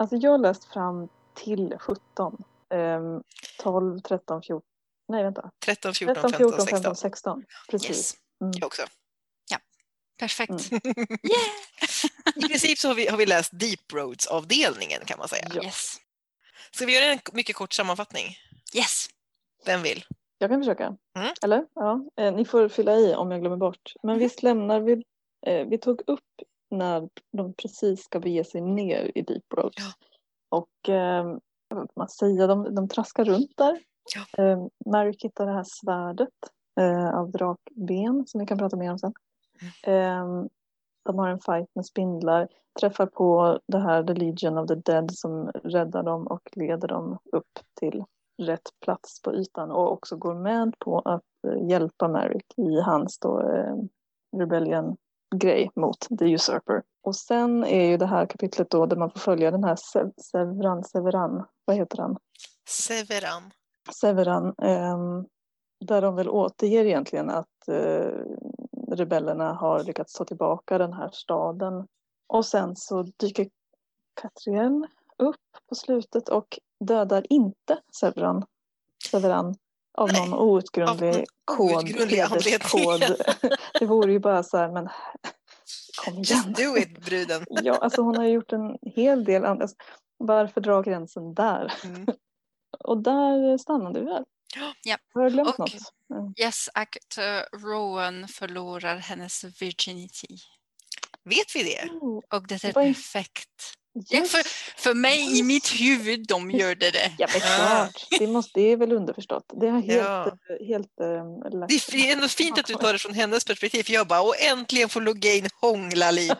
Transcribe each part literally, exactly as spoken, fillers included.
Alltså jag har läst fram till sjutton. Um, tolv, tretton, fjorton. Nej, vänta. tretton, fjorton, femton, sexton. sexton. Precis. Yes. Mm. Jag också. Ja, perfekt. Mm. Yeah! I princip så har vi, har vi läst Deep Roads-avdelningen kan man säga. Ja. Yes. Ska vi göra en mycket kort sammanfattning? Yes. Vem vill? Jag kan försöka. Mm. Eller? Ja. Eh, ni får fylla i om jag glömmer bort. Men Mm. visst lämnar vi... Eh, vi tog upp när de precis ska bege sig ner i Deep Roads. Ja. Och eh, man säger, de, de traskar runt där. Ja. Eh, Merrick hittar det här svärdet eh, av drakben som vi kan prata mer om sen. Mm. Eh, de har en fight med spindlar. Träffar på det här The Legion of the Dead som räddar dem och leder dem upp till rätt plats på ytan. Och också går med på att eh, hjälpa Merrick i hans då, eh, rebellion-grej mot The Usurper. Och sen är ju det här kapitlet då där man får följa den här Sev- Severan, Severan, vad heter han? Severan. Severan, eh, där de väl återger egentligen att eh, rebellerna har lyckats ta tillbaka den här staden. Och sen så dyker Catriel upp på slutet och dödar inte Severan, Severan av Nej, någon outgrundlig av kod. outgrundlig hederskod. Det vore ju bara så här, men kom igen. Just do it, bruden. Ja, alltså hon har gjort en hel del annat. Varför dra gränsen där? Mm. Och där stannade vi väl. Ja. Har jag glömt Och- något? Mm. Yes, att uh, Rowan förlorar hennes virginity. Vet vi det? Och det är Vad är- perfekt. Ja, Yes. för, för mig i mitt huvud, de gör det. det. Ja, men klart. Det, måste, det är väl underförstått. Det har helt, Ja. helt äh, lärt Det är ändå fint att du tar det från hennes perspektiv. För jag bara, och äntligen får Logain hångla lite.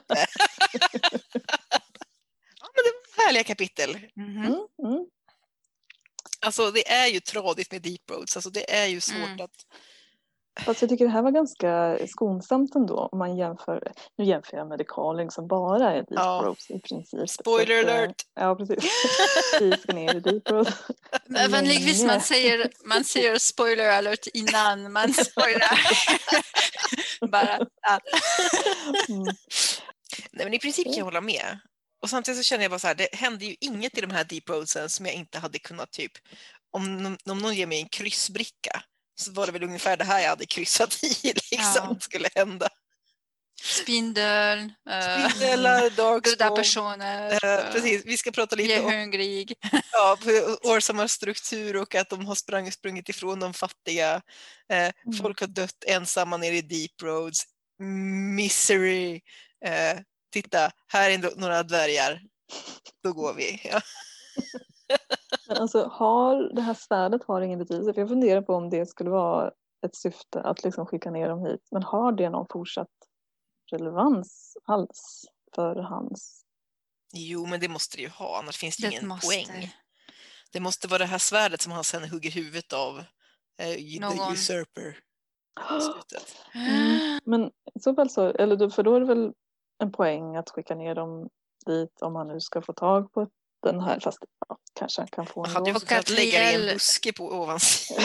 Ja, men det var härliga kapitel. Mhm. Mm, mm. Alltså det är ju tradigt med Deep Roads. Alltså det är ju svårt Mm. att... Fast jag tycker det här var ganska skonsamt ändå om man jämför, nu jämför jag med The Calling som bara är Deep Ja. Roads i princip. Spoiler Så att, eh, alert! Ja, precis. Vi ska ner i Deep Roads. Men vanligtvis Länge. man säger, man säger spoiler alert innan man spoilar. Bara, ja. Mm. Nej, men i princip kan jag hålla med. Och samtidigt så känner jag bara så här, det händer ju inget i de här Deep Roadsen som jag inte hade kunnat typ, om, någon- om någon ger mig en kryssbricka så var det väl ungefär det här jag hade kryssat i liksom, Ja. skulle hända. Spindel, uh, Spindelar, goda Darkspawn. personer, Eh, precis, vi ska prata lite jag om är hungrig. ja, på Orsamars struktur och att de har sprang, sprungit ifrån de fattiga. Eh, folk har dött ensamma nere i Deep Roads. Misery. Eh, titta, här är ändå några dvärgar. Då går vi. Ja. Men alltså har det här svärdet har ingen betydelse. För jag funderar på om det skulle vara ett syfte att liksom skicka ner dem hit. Men har det någon fortsatt relevans alls för hans... Jo, men det måste det ju ha, annars finns det, Det ingen måste. poäng. Det måste vara det här svärdet som han sen hugger huvudet av eh, The Någon. Usurper i slutet. Mm. Men i så fall så, eller då, för då är det väl en poäng att skicka ner dem dit om han nu ska få tag på den här, fast ja, kanske han kan få Man en hade ju då. också kunnat lägga det i en Catriel- buske på ovansidan.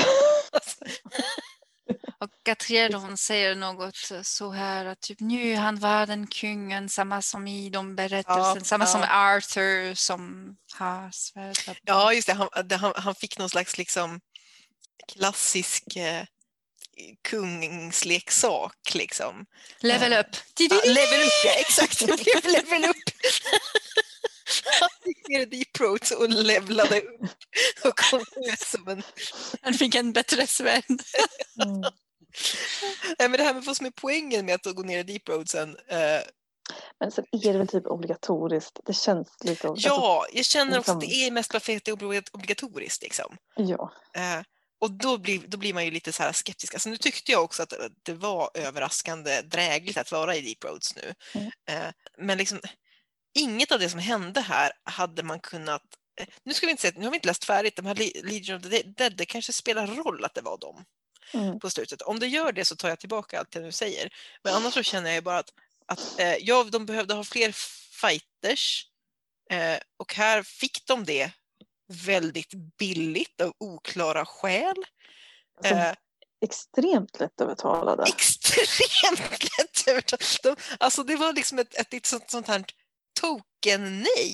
Och Catriel hon säger något så här att typ nu är han världen kungen, samma som i de berättelsen, Ja, samma ja. som Arthur som har svärd. Ja, just det. Han, det, han, han fick någon slags liksom klassisk eh, kungsleksak liksom. Level up. Ja, level up, ja, exakt. Det blev level up. Han gick ner i Deep Roads och levlade upp och kom ut som en... Han fick en bättre svärd. Mm. Nej, men det här med vad som är poängen med att gå ner i Deep Roadsen. Eh, Men sen är det väl typ obligatoriskt. Det känns lite... Alltså, ja, jag känner också att liksom- det är mest perfekt obligatoriskt liksom. ja. Eh, och då blir, då blir man ju lite så här skeptisk. Alltså, nu tyckte jag också att det var överraskande drägligt att vara i Deep Roads nu. Mm. Eh, men liksom inget av det som hände här hade man kunnat... Eh, nu ska vi inte säga, nu har vi inte läst färdigt. De här Le- Legion of the Dead, det kanske spelar roll att det var dem Mm. på slutet. Om det gör det så tar jag tillbaka allt jag nu säger. Men annars så känner jag bara att, att eh, ja, de behövde ha fler fighters. Eh, och här fick de det väldigt billigt av oklara skäl. Alltså, Eh, extremt lättövertalade. extremt lätt övertalade. De, alltså det var liksom ett, ett, ett sånt, sånt här token nej.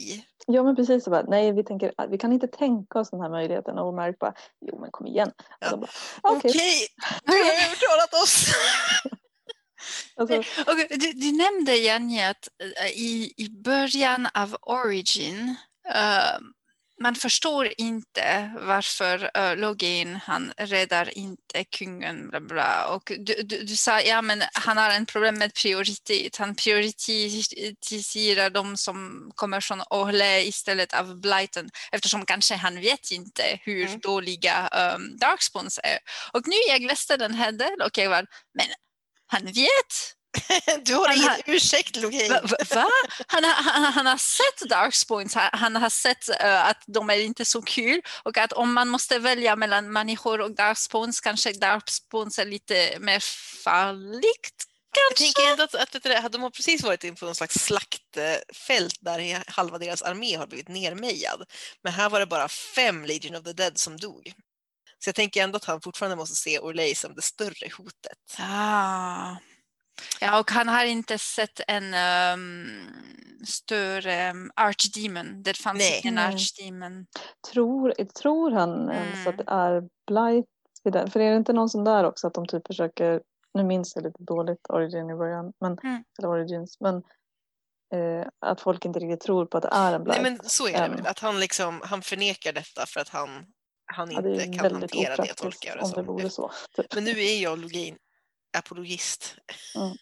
Ja, men precis så bara, nej, vi tänker, vi kan inte tänka oss den här möjligheten. Och Marek bara, jo men kom igen. Ja. Och bara, Okej, okej. okay. Du har övertalat oss. Alltså, Och du, du nämnde, Jenny, att uh, i, i början av Origin uh, man förstår inte varför uh, Loghain han räddar inte kungen bla bla. Och du, du, du sa ja men han har en problem med prioritet. Han prioritiserar de som kommer från Orlais istället av Blighton, eftersom kanske han vet inte hur mm. dåliga um, Darkspawns är. Och nu jag läste den här delen och jag var, men han vet. Du har han ingen har, ursäkt, Loghain. Va? va? Han, han, han har sett Darkspawns, han, han har sett uh, att de är inte så kul och att om man måste välja mellan människor och Darkspawns kanske Darkspawns är lite mer farligt. Jag tänker ändå att, att, att, att de har precis varit in på någon slags slaktfält där halva deras armé har blivit nermejad. Men här var det bara fem Legion of the Dead som dog. Så jag tänker ändå att han fortfarande måste se Orlais som det större hotet. Ah. Ja, och han har inte sett en um, större um, archdemon. Det fanns Nej. en archdemon. Tror, tror han ens mm. att det är Blight? För är det inte någon sån där också att de typ försöker, nu minns jag lite dåligt Origin i början, men, mm. eller Origins, men eh, att folk inte riktigt tror på att det är en Blight. Nej, men så är det väl, att han liksom, han förnekar detta för att han, han ja, inte kan hantera det, tolkar jag det om som. Det vore så, typ. Men nu är jag Loghain apologist. Mm.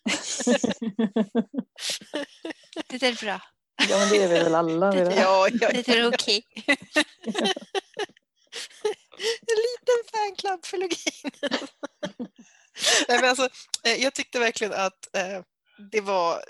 Det är bra. Ja, men det är vi väl alla. Det, det, ja, ja, det är okej. Okay. En liten fanclub för Loghain. Nej, men alltså, jag tyckte verkligen att eh, det var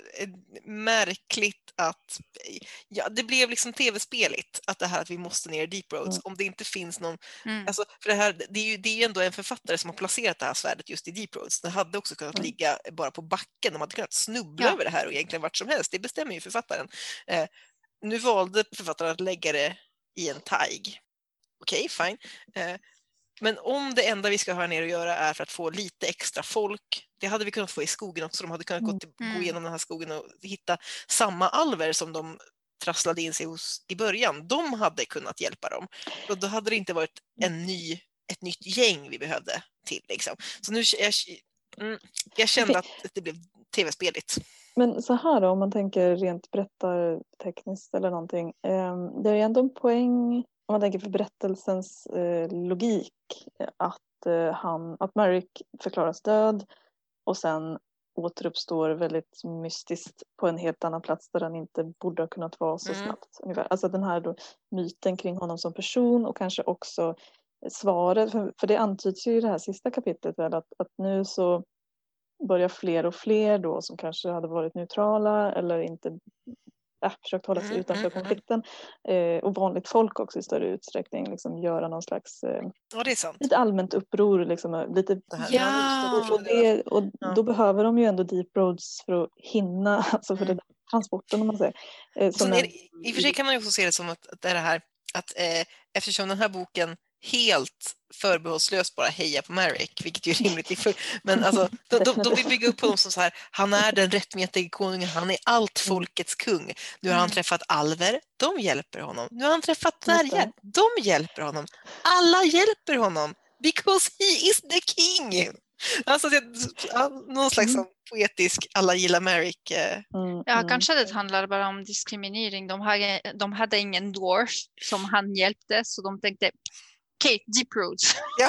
märkligt att ja, det blev liksom tv-speligt att det här att vi måste ner i Deep Roads mm. om det inte finns någon mm. alltså, för det här det är ju det är ju ändå en författare som har placerat det här svärdet just i Deep Roads. Det hade också kunnat mm. ligga bara på backen, de hade kunnat snubbla ja. över det här och egentligen vart som helst. Det bestämmer ju författaren. Eh, nu valde författaren att lägga det i en taig. Okej, okay, fine. Eh, Men om det enda vi ska ha ner och göra är för att få lite extra folk, det hade vi kunnat få i skogen också. De hade kunnat gå, till, mm. gå igenom den här skogen och hitta samma alver som de trasslade in sig hos i början. De hade kunnat hjälpa dem. Och då hade det inte varit en ny, ett nytt gäng vi behövde till. Liksom. Så nu jag, mm, jag kände att det blev tv-speligt. Men så här då, om man tänker rent berättartekniskt eller någonting. Eh, det är ju ändå en poäng om man tänker för berättelsens eh, logik att, eh, han, att Marek förklaras död och sen återuppstår väldigt mystiskt på en helt annan plats där han inte borde ha kunnat vara så mm. snabbt. Ungefär. Alltså den här då, myten kring honom som person och kanske också svaret, för, för det antyds ju i det här sista kapitlet väl att, att nu så börjar fler och fler då som kanske hade varit neutrala eller inte äh, försökt hålla sig mm, utanför mm, konflikten eh, och vanligt folk också i större utsträckning liksom göra någon slags eh, ja, det är sant. lite allmänt uppror liksom, lite, det här. Ja. och, och, det, och ja. då behöver de ju ändå Deep Roads för att hinna alltså för mm. den transporten om man säger. Eh, som är, är, I och för sig kan man ju också se det som att, att det är det här att eh, eftersom den här boken helt förbehållslöst bara heja på Marek, vilket ju är rimligt. Men alltså, de, de, de vill bygga upp honom som så här, han är den rättmätige konungen, han är allt folkets kung. Nu har han träffat alver, de hjälper honom. Nu har han träffat dvärgar, de hjälper honom. Alla hjälper honom, because he is the king. Alltså det, någon slags mm. poetisk alla gillar Marek. Eh. Mm, ja, mm. kanske det handlar bara om diskriminering. De hade, de hade ingen dwarf som han hjälpte, så de tänkte okej, okay, Deep Roads. Ja,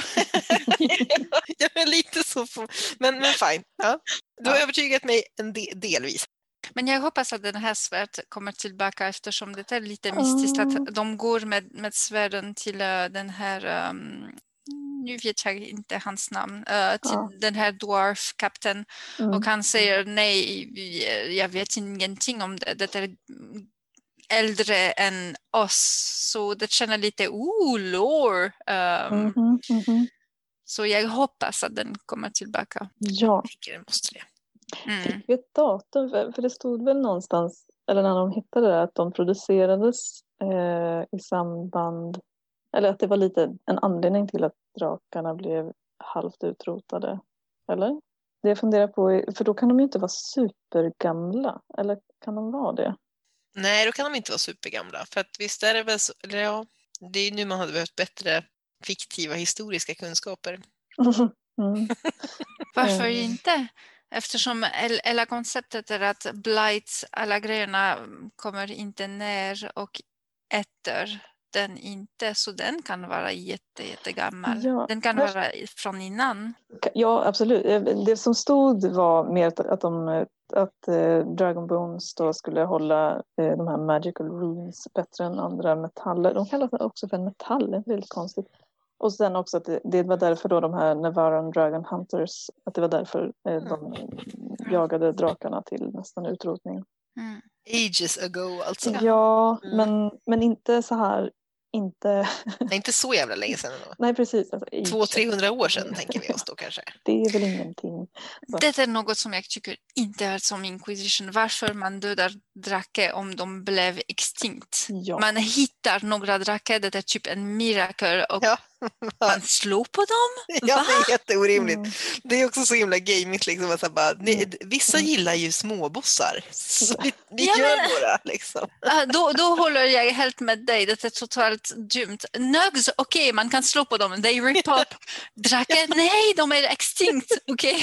ja men lite så. På, men, men fine. Ja. Du har ja. övertygat mig en de, delvis. Men jag hoppas att den här svärd kommer tillbaka eftersom det är lite mystiskt mm. att de går med, med svärden till uh, den här, um, nu vet jag inte hans namn, uh, till ja. den här dwarf-kapten mm. och han säger nej, jag vet ingenting om det. Det är äldre än oss, så det känner lite oh, lore. Um, mm-hmm, mm-hmm. Så jag hoppas att den kommer tillbaka. Ja, jag tycker det måste det. Mm. Fick vi ett datum? För, för det stod väl någonstans, eller när de hittade det, att de producerades eh, i samband, eller att det var lite en anledning till att drakarna blev halvt utrotade, eller? Det jag funderar på, för då kan de ju inte vara supergamla, eller kan de vara det? Nej, då kan de inte vara supergamla. För att visst är det väl så, eller ja, det är nu man hade behövt bättre fiktiva historiska kunskaper. Mm. Varför Mm. inte? Eftersom el- hela konceptet är att Blights, alla grejerna kommer inte ner och äter den inte, så den kan vara jätte, jättegammal. Ja, Den kan här- vara från innan. Ja, absolut. Det som stod var mer att, att, de, att eh, Dragon Bones då skulle hålla eh, de här magical runes bättre än andra metaller. De kallas också för en metall, det är väldigt konstigt. Och sen också att det, det var därför då de här Nevaran Dragon Hunters, att det var därför eh, de jagade drakarna till nästan utrotning. Mm. Ages ago alltså. Ja, Mm. men, men inte så här, inte... Nej, inte så jävla länge sedan ändå. Nej, precis. Alltså, Två, trehundra år sedan tänker vi oss då kanske. Det är väl ingenting. Så. Det är något som jag tycker inte är som Inquisition. Varför man dödar drake om de blev extinkt. Ja. Man hittar några drakar, det är typ en mirakel och Ja. man slår på dem. Ja, Va? det är jätteorimligt. Mm. Det är också så himla gamigt liksom. Att så bara, ni, vissa gillar ju småbossar. Så vi vi Ja, gör men- några liksom. Ah, då, då håller jag helt med dig. Det är totalt dumt. Nugs, okej, okay, man kan slå på dem. They rip up. Drakar, nej, de är extinkt. Okej.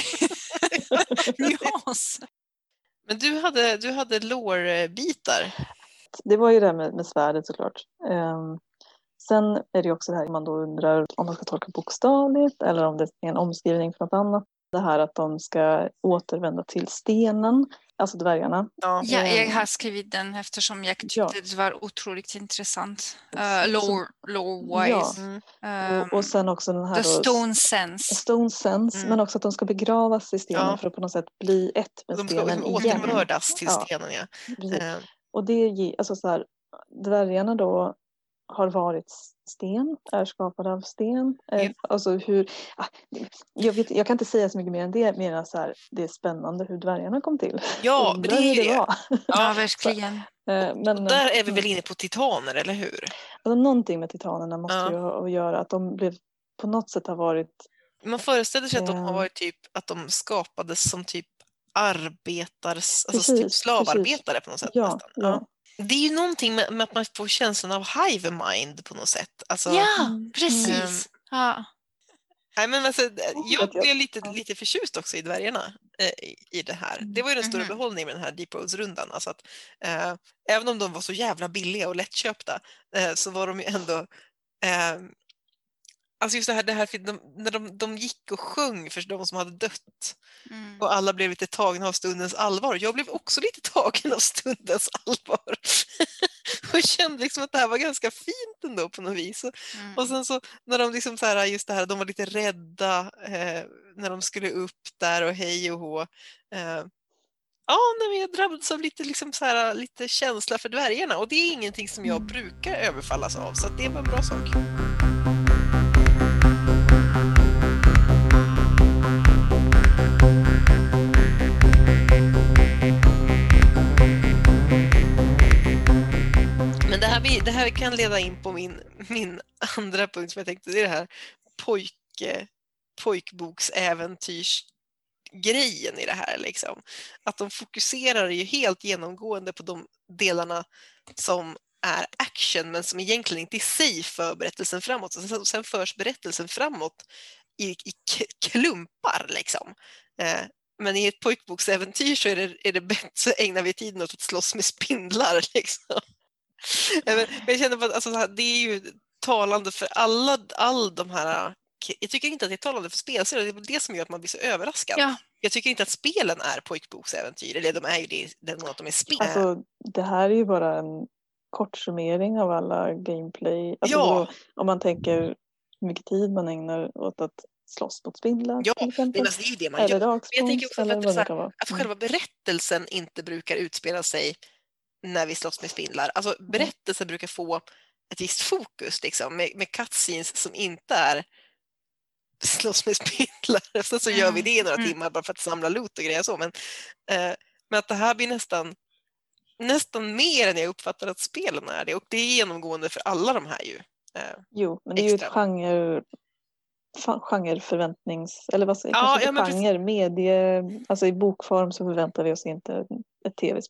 Yes. Men du hade, du hade lore-bitar. Det var ju det med, med svärdet såklart. Um, sen är det ju också det här man då undrar om man ska tolka bokstavligt eller om det är en omskrivning för något annat. Det här att de ska återvända till stenen, alltså dvärgarna. Ja. Ja, jag har skrivit den eftersom jag tyckte Ja. det var otroligt intressant. Uh, Så- lore, lore-wise. Ja. Mm. Um, Och, och sen också den här the då, stone sense. stone sense, Mm. men också att de ska begravas i stenen Ja. för att på något sätt bli ett med De ska stenen igen. återbördas till Ja. stenen. Ja. Precis. Eh, Och det ge, alltså så här, dvärgarna då har varit sten, är skapade av sten. Eh, Ja. Alltså hur, ah, jag, vet, jag kan inte säga så mycket mer än det, mer än så här, det är spännande hur dvärgarna kom till. Ja, men Undrar det är hur ju det det. var. Ja, verkligen. Eh, Men, Och där är vi mm, väl inne på titaner, eller hur? alltså, någonting med titanerna måste Ja. ju ha att göra, att de blev på något sätt har varit, Man föreställer sig att de har Eh. varit typ, att de skapades som typ arbetars, alltså Precis, typ slavarbetare på något sätt ja, nästan. ja. Det är ju någonting med, med att man får känslan av hive mind på något sätt. Alltså, Ja, Mm. precis. Ja. nej, men alltså, jag att jag- blev lite, ja. lite förtjust också i dvärgarna eh, i, i det här. Det var ju den stora Mhm. behållningen med den här Deep Roads-rundan. Alltså att, eh, även om de var så jävla billiga och lättköpta eh, så var de ju ändå eh, alltså just det här, det här de, när de, de gick och sjöng för de som hade dött Mm. och alla blev lite tagna av stundens allvar. Jag blev också lite tagen av stundens allvar och kände liksom att det här var ganska fint ändå på något vis. Och, Mm. och sen så när de liksom så här, just det här, de var lite rädda eh, när de skulle upp där och hej och hå. Eh, ja, nej, men jag drabbades av lite, liksom så här, lite känsla för dvärgarna och det är ingenting som jag brukar överfallas av, så att det var en bra sak. Men det här, vi- det här kan leda in på min, min andra punkt som jag tänkte, det är det här pojke, pojkboksäventyrsgrejen i det här. Liksom. Att de fokuserar ju helt genomgående på de delarna som är action men som egentligen inte i sig för berättelsen framåt. Och sen, sen förs berättelsen framåt i, i k- klumpar liksom. Eh, men i ett pojkboksäventyr så är det, är det bättre, så ägnar vi tiden åt att slåss med spindlar liksom. Men jag känner på att alltså, så här, det är ju talande för alla, all de här. Jag tycker inte att det är talande för spelserier. Det är väl det som gör att man blir så överraskad. Ja. Jag tycker inte att spelen är pojkboksäventyr. Eller de är ju det, den mån att de är spel. alltså det här är ju bara en kort summering av alla gameplay. Alltså Ja. då, om man tänker hur mycket tid man ägnar åt att slåss mot spindlar Ja, till det exempel. är ju det man Eller gör. Men jag rakspons, tänker också eller att, vad så det här, kan vara. att Mm. själva berättelsen inte brukar utspela sig när vi slåss med spindlar. Alltså berättelsen brukar få ett visst fokus liksom, med, med cutscenes som inte är slåss med spindlar. Sen så gör vi det i några Mm. timmar bara för att samla loot och grejer så. Men, eh, men att det här blir nästan nästan mer än jag uppfattar att spelen är det. Och det är genomgående för alla de här ju. Eh, Jo, men det är ju ett extra. genre, fa- genreförväntnings, eller vad säger Ja, kanske ja, inte men genre, medie, alltså i bokform så förväntar vi oss inte ett tv-spel.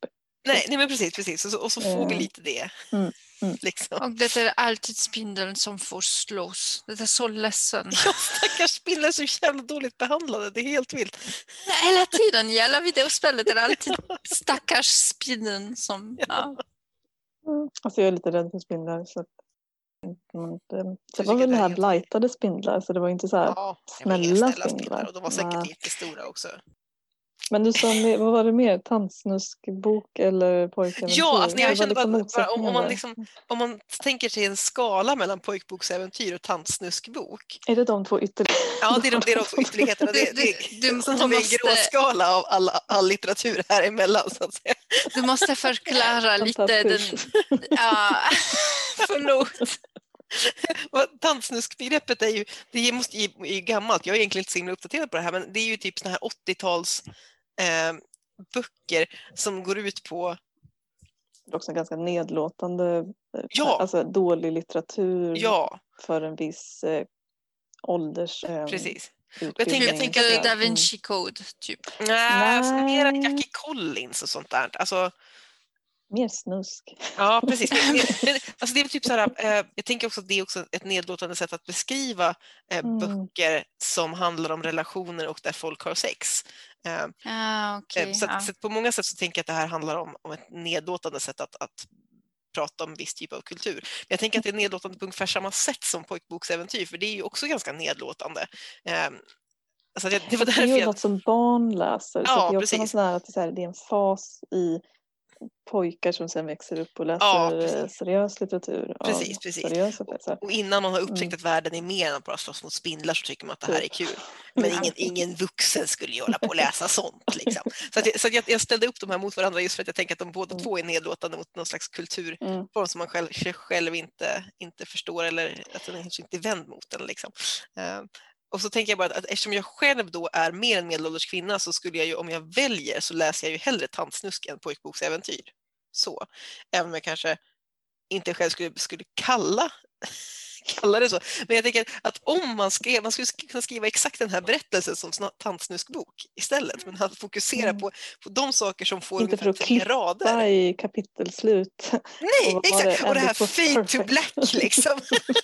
Nej, nej men precis, precis. Och så, och så får vi Eh, lite det. mm, mm. Liksom. Och det är alltid spindeln som får slås. Det är så ledsen. Ja, stackars spindlar är så jävla dåligt behandlade. Det är helt vilt. Hela tiden i alla videospelet är det alltid stackars spindeln som... Ja. Mm. Alltså jag är lite rädd för spindlar. Så att man inte... Det tycker var väl det det är här helt- blightade spindlar. Så det var inte så här Ja, det var inga snälla snälla spindlar. spindlar. Och de var säkert Nej. jättestora också. Men du sa, mer- vad var det mer? Tantsnuskbok eller pojkäventyr? Ja, alltså, jag Det var kände liksom bara, bara om, motsättningen om, man där. liksom, om man tänker sig en skala mellan pojkboksäventyr och tantsnuskbok. Är det de två ytterligheterna? Ja, det är de, det är de två ytterligheterna. Det, Du- det, du- du- sen du har vi en måste- gråskala av all, all litteratur här emellan. Så att säga. Du måste förklara lite den... Fantastiskt. Ja, förlåt. Och tantsnuskbegreppet är ju, det måste ju, är ju gammalt. Jag är egentligen inte så himla uppdaterad på det här, men det är ju typ såna här åttio-tals eh, böcker som går ut på... Det är också en ganska nedlåtande, eh, Ja. alltså dålig litteratur Ja, för en viss eh, ålders eh, precis. utbildning. Jag tänker- jag tänker att det- Da Vinci Code, typ. Nej, alltså, Nej. mera Jackie Collins och sånt där. Alltså, Mer snusk. ja, precis. Men, men, alltså, det är typ så här, eh, jag tänker också att det är också ett nedlåtande sätt att beskriva eh, Mm. böcker som handlar om relationer och där folk har sex. Eh, Ah, okay, Eh, Så, ja. att, så att på många sätt så tänker jag att det här handlar om, om ett nedlåtande sätt att, att prata om viss typ av kultur. Men jag tänker att det är nedlåtande på ungefär samma sätt som pojkboksäventyr, för det är ju också ganska nedlåtande. Eh, så att jag, det var Det är därför ju jag... något som barn läser. så Ja, att det är också precis. något sån här att det är, så här, det är en fas i pojkar som sen växer upp och läser Ja, eh, precis. seriös litteratur Precis, av precis. seriösa pjäser. Och innan man har upptäckt Mm. att världen är mer än att bara slåss mot spindlar så tycker man att det här är kul. Men Ja. ingen, ingen vuxen skulle ju hålla på och läsa sånt. Liksom. Så, att jag, så att jag, jag ställde upp de här mot varandra just för att jag tänker att de båda Mm. två är nedlåtande mot någon slags kulturform Mm. som man själv, själv inte, inte förstår eller att den kanske inte är vänd mot den. Liksom. Eh, och så tänker jag bara att, att eftersom jag själv då är mer en medelålders kvinna så skulle jag ju, om jag väljer så läser jag ju hellre tantsnusk än pojkboksäventyr. Så, även om jag kanske inte själv skulle, skulle kalla, kalla det så. Men jag tänker att om man skrev, man skulle kunna skriva exakt den här berättelsen som sna- tantsnuskbok istället. Men att fokusera Mm. på, på de saker som får Inte för ungefär att tre klippa rader. i kapitelslut. Nej, och vad var exakt. det? Och det här End was fade to perfect. black liksom.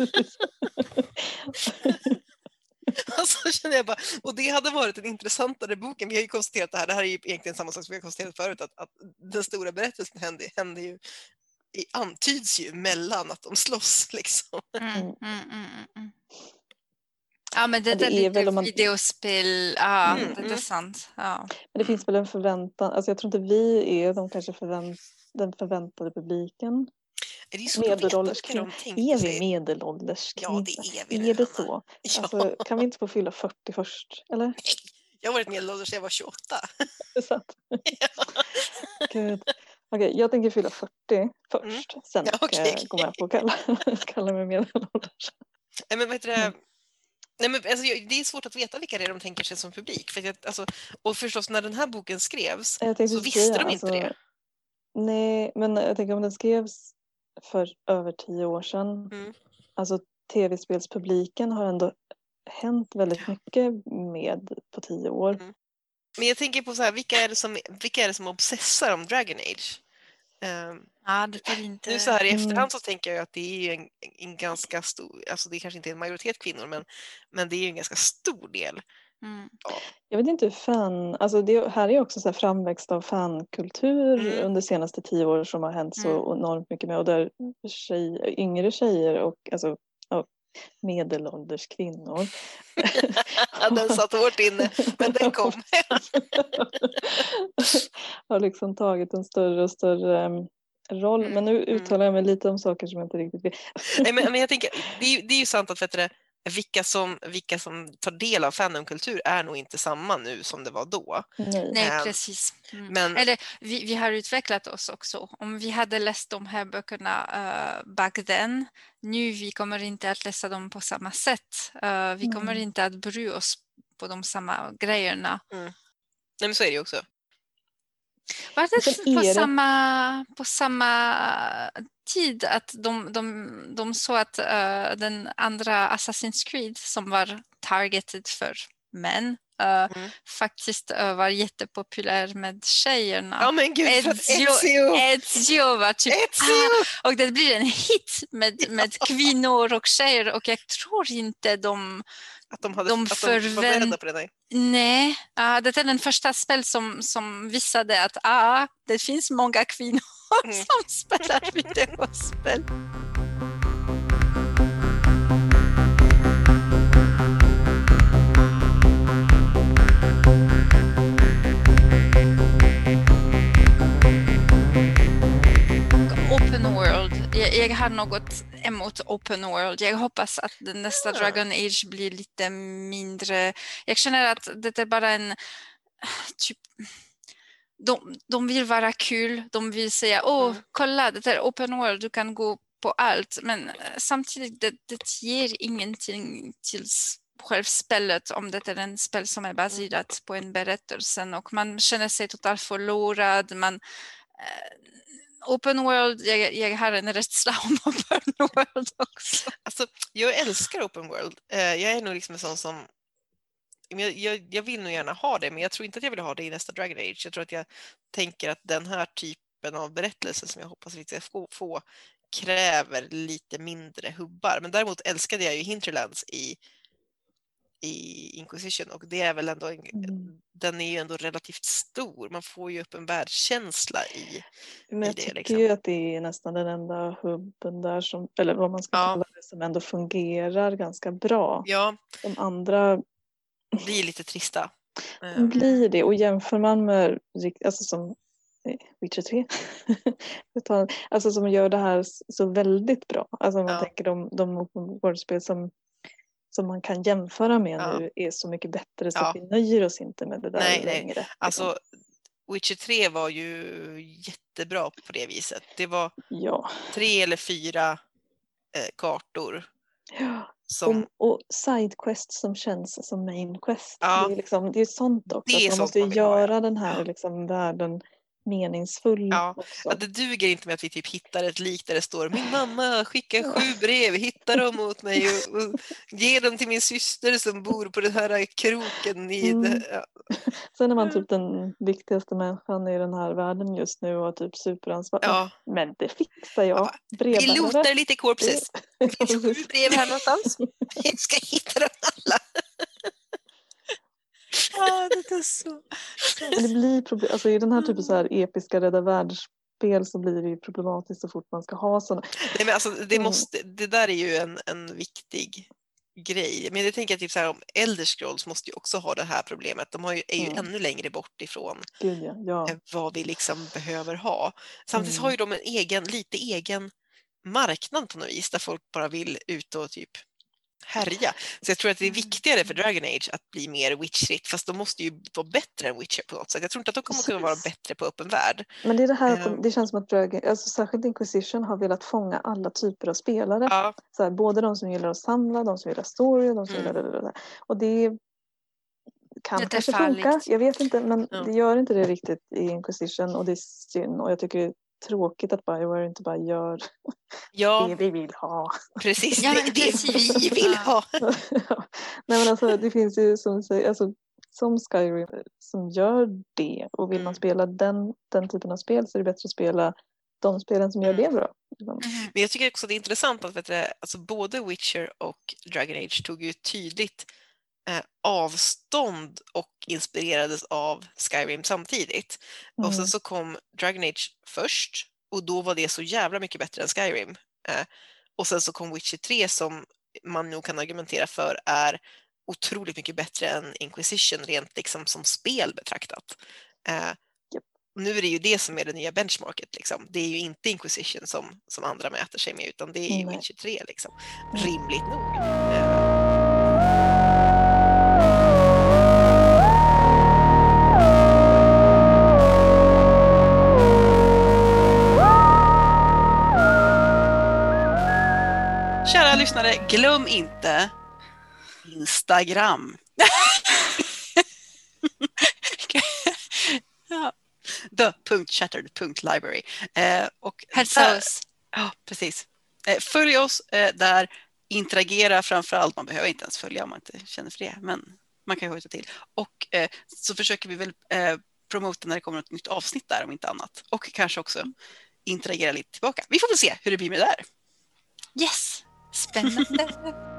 Alltså känner jag bara, och det hade varit en intressantare boken. Vi har ju konstaterat det här, det här är ju egentligen samma sak som vi har konstaterat förut, att, att den stora berättelsen händer, händer ju, i, antyds ju mellan att de slåss liksom. Mm, mm, mm, mm, mm. Ja, men det, Ja, det är är lite väl om man- videospel. Ja, Mm, det är mm. sant. Ja. Men det finns väl en förväntan. Alltså jag tror inte vi är de kanske förvänt, den förväntade publiken. Det är ju svårt att veta Medelålders vilka de kvinnor. tänkte Är vi sig. medelålders Ja, kvinnor? det är vi Är nu, det Hanna. så? Ja. Alltså, kan vi inte få fylla fyrtio först? Eller? Jag har varit medelålders när jag var tjugoåtta. Det är sant. Gud. Okej, jag tänker fylla fyrtio först. Sen Ja, kan okej, jag gå med på att kalla, kalla mig medelålders. Nej, men vad heter det? Mm. Nej, men alltså, jag- det är svårt att veta vilka det är de tänker sig som publik. För att, jag- alltså, och förstås när den här boken skrevs Jag tänkte så säga, visste de inte alltså, det. Nej, men jag tänker om den skrevs för över tio år sedan. Mm. Alltså tv-spelspubliken har ändå hänt väldigt mycket med på tio år. Mm. Men jag tänker på så här, vilka är det som, vilka är det som obsessar om Dragon Age? Um, Ja, det är inte... nu så här i Mm. efterhand så tänker jag att det är ju en, en ganska stor, alltså det kanske inte är en majoritet kvinnor, men, men det är ju en ganska stor del. Mm. Jag vet inte hur fan, alltså det här är också så här framväxt av fankultur Mm. under de senaste tio år som har hänt så Mm. enormt mycket med. Och där tjej, yngre tjejer och alltså, ja, medelålders kvinnor. Den satt hårt inne, men den kom. har liksom tagit en större och större um, roll. Mm, Men nu mm. uttalar jag mig lite om saker som jag inte riktigt vet. Nej, men, men jag tänker, det är, ju- det är ju sant att vet du, det, vilka, som, vilka som tar del av fandomkultur är nog inte samma nu som det var då. Nej. Nej, Ehm, precis. Mm. Men Eller vi, vi har utvecklat oss också. Om vi hade läst de här böckerna uh, back then, nu vi kommer inte att läsa dem på samma sätt. Uh, vi kommer Mm. inte att bry oss på de samma grejerna. nej, men så är det ju också. Var det Sen på är det- samma, på samma tid att de, de, de såg att uh, den andra Assassin's Creed som var targeted för män uh, Mm. faktiskt uh, var jättepopulär med tjejerna. Ja men gud, för att Ezio, Ezio. Ezio var typ Ezio! ah, och det blir en hit med, med kvinnor och tjejer och jag tror inte de Att de, hade, de, att de var förvänt- beredda på det. Nej. Nej, uh, det är den första spel som, som visade att ah, det finns många kvinnor Mm. som spelar videospel. Open World. Jag, jag har något emot Open World. Jag hoppas att den nästa Ja. Dragon Age blir lite mindre. Jag känner att det är bara en typ de, de vill vara kul. De vill säga, åh, Mm. kolla, det är Open World, du kan gå på allt. Men samtidigt, det, det ger ingenting till självspelet om det är en spel som är baserat på en berättelse och man känner sig totalt förlorad. Man eh, Open World, jag, jag har en rädsla om Open World också. Alltså, jag älskar Open World. Eh, jag är nog liksom en sån som jag, jag, jag vill nog gärna ha det, men jag tror inte att jag vill ha det i nästa Dragon Age. Jag tror att jag tänker att den här typen av berättelse som jag hoppas vi ska få, få kräver lite mindre hubbar. Men däremot älskade jag ju Hinterlands i i Inquisition och det är väl ändå en, Mm. den är ju ändå relativt stor. Man får ju upp en världskänsla i, Men i jag det. tycker Liksom. ju att det är nästan den enda hubben där som, eller vad man ska Ja. kalla det, som ändå fungerar ganska bra. Ja, De andra blir lite trista. de blir det, och jämför man med rikt- alltså som eh, Witcher tre alltså som gör det här så väldigt bra. Alltså om man Ja. tänker de, de open world-spel som som man kan jämföra med Ja. nu är så mycket bättre så Ja. att vi nöjer oss inte med det där Nej, nej. längre. Alltså Witcher tre var ju jättebra på det viset. Det var Ja. tre eller fyra eh, kartor Ja. som... Och, och sidequest som känns som main quest. Ja. Det är liksom, det är sånt också. Det är man sånt måste ju man vill ha, göra ja. den här Ja. liksom, världen meningsfull Ja, också. att det duger inte med att vi typ hittar ett lik där det står min mamma skickar sju brev, hitta dem åt mig och, och ge dem till min syster som bor på den här kroken i Mm. det. Ja. Sen är man typ den viktigaste människan i den här världen just nu och typ superansvarig. Ja. Men det fixar jag. Ja, vi Brevbärare. lotar lite corpses. Det finns sju brev här någonstans. Jag ska hitta dem alla. Ah, det är så. Men det blir problem. Alltså i den här typen så här episka rädda världsspel så blir det ju problematiskt så fort man ska ha sådana. Nej, men alltså, det, Mm. måste, det där är ju en, en viktig grej. Men jag tänker typ så här om Elder Scrolls måste ju också ha det här problemet. De har ju, är ju Mm. ännu längre bort ifrån Gud ja. ja. eh, vad vi liksom behöver ha. Samtidigt Mm. har ju de en egen, lite egen marknad på något vis där folk bara vill ut och typ härja. Så jag tror att det är viktigare för Dragon Age att bli mer Witcherigt, fast de måste ju vara bättre än Witcher på något sätt. Jag tror inte att de kommer kunna vara bättre på öppen värld. Men det är det här att Um. de, det känns som att Dragon, alltså särskilt Inquisition har velat fånga alla typer av spelare. Ja, Så här, både de som gillar att samla, de som gillar story och de som Mm. gillar det, det, det. Och det kan Det är kanske farligt. funka, jag vet inte, men Ja. det gör inte det riktigt i Inquisition och det är synd och jag tycker det är tråkigt att BioWare inte bara gör ja det vi vill ha. precis. Ja, det, men det precis. vi vill ha. Nej men alltså det finns ju som du säger, alltså, som Skyrim som gör det och vill man Mm. spela den, den typen av spel så är det bättre att spela de spelen som gör Mm. det bra. Mm. Men jag tycker också det är intressant att vet du, alltså både Witcher och Dragon Age tog ju tydligt eh, avstånd och inspirerades av Skyrim samtidigt. Mm. Och sen så kom Dragon Age först och då var det så jävla mycket bättre än Skyrim. Eh, och sen så kom Witcher tre som man nog kan argumentera för är otroligt mycket bättre än Inquisition rent liksom som spel betraktat. Eh, Yep. Nu är det ju det som är det nya benchmarket. Liksom. Det är ju inte Inquisition som, som andra mäter sig med utan det är ju Nej. Witcher tre. Liksom. Mm. Rimligt nog. Eh, Kära lyssnare, glöm inte Instagram. Ja. the punkt chattered punkt library. Eh, och Hälsa där- oss. Ja, precis. Eh, följ oss eh, där, interagera framförallt. Man behöver inte ens följa om man inte känner för det. Men man kan ju hojta till. Och eh, så försöker vi väl eh, promota när det kommer ett nytt avsnitt där om inte annat. Och kanske också interagera lite tillbaka. Vi får väl se hur det blir med det där. Yes, spännande.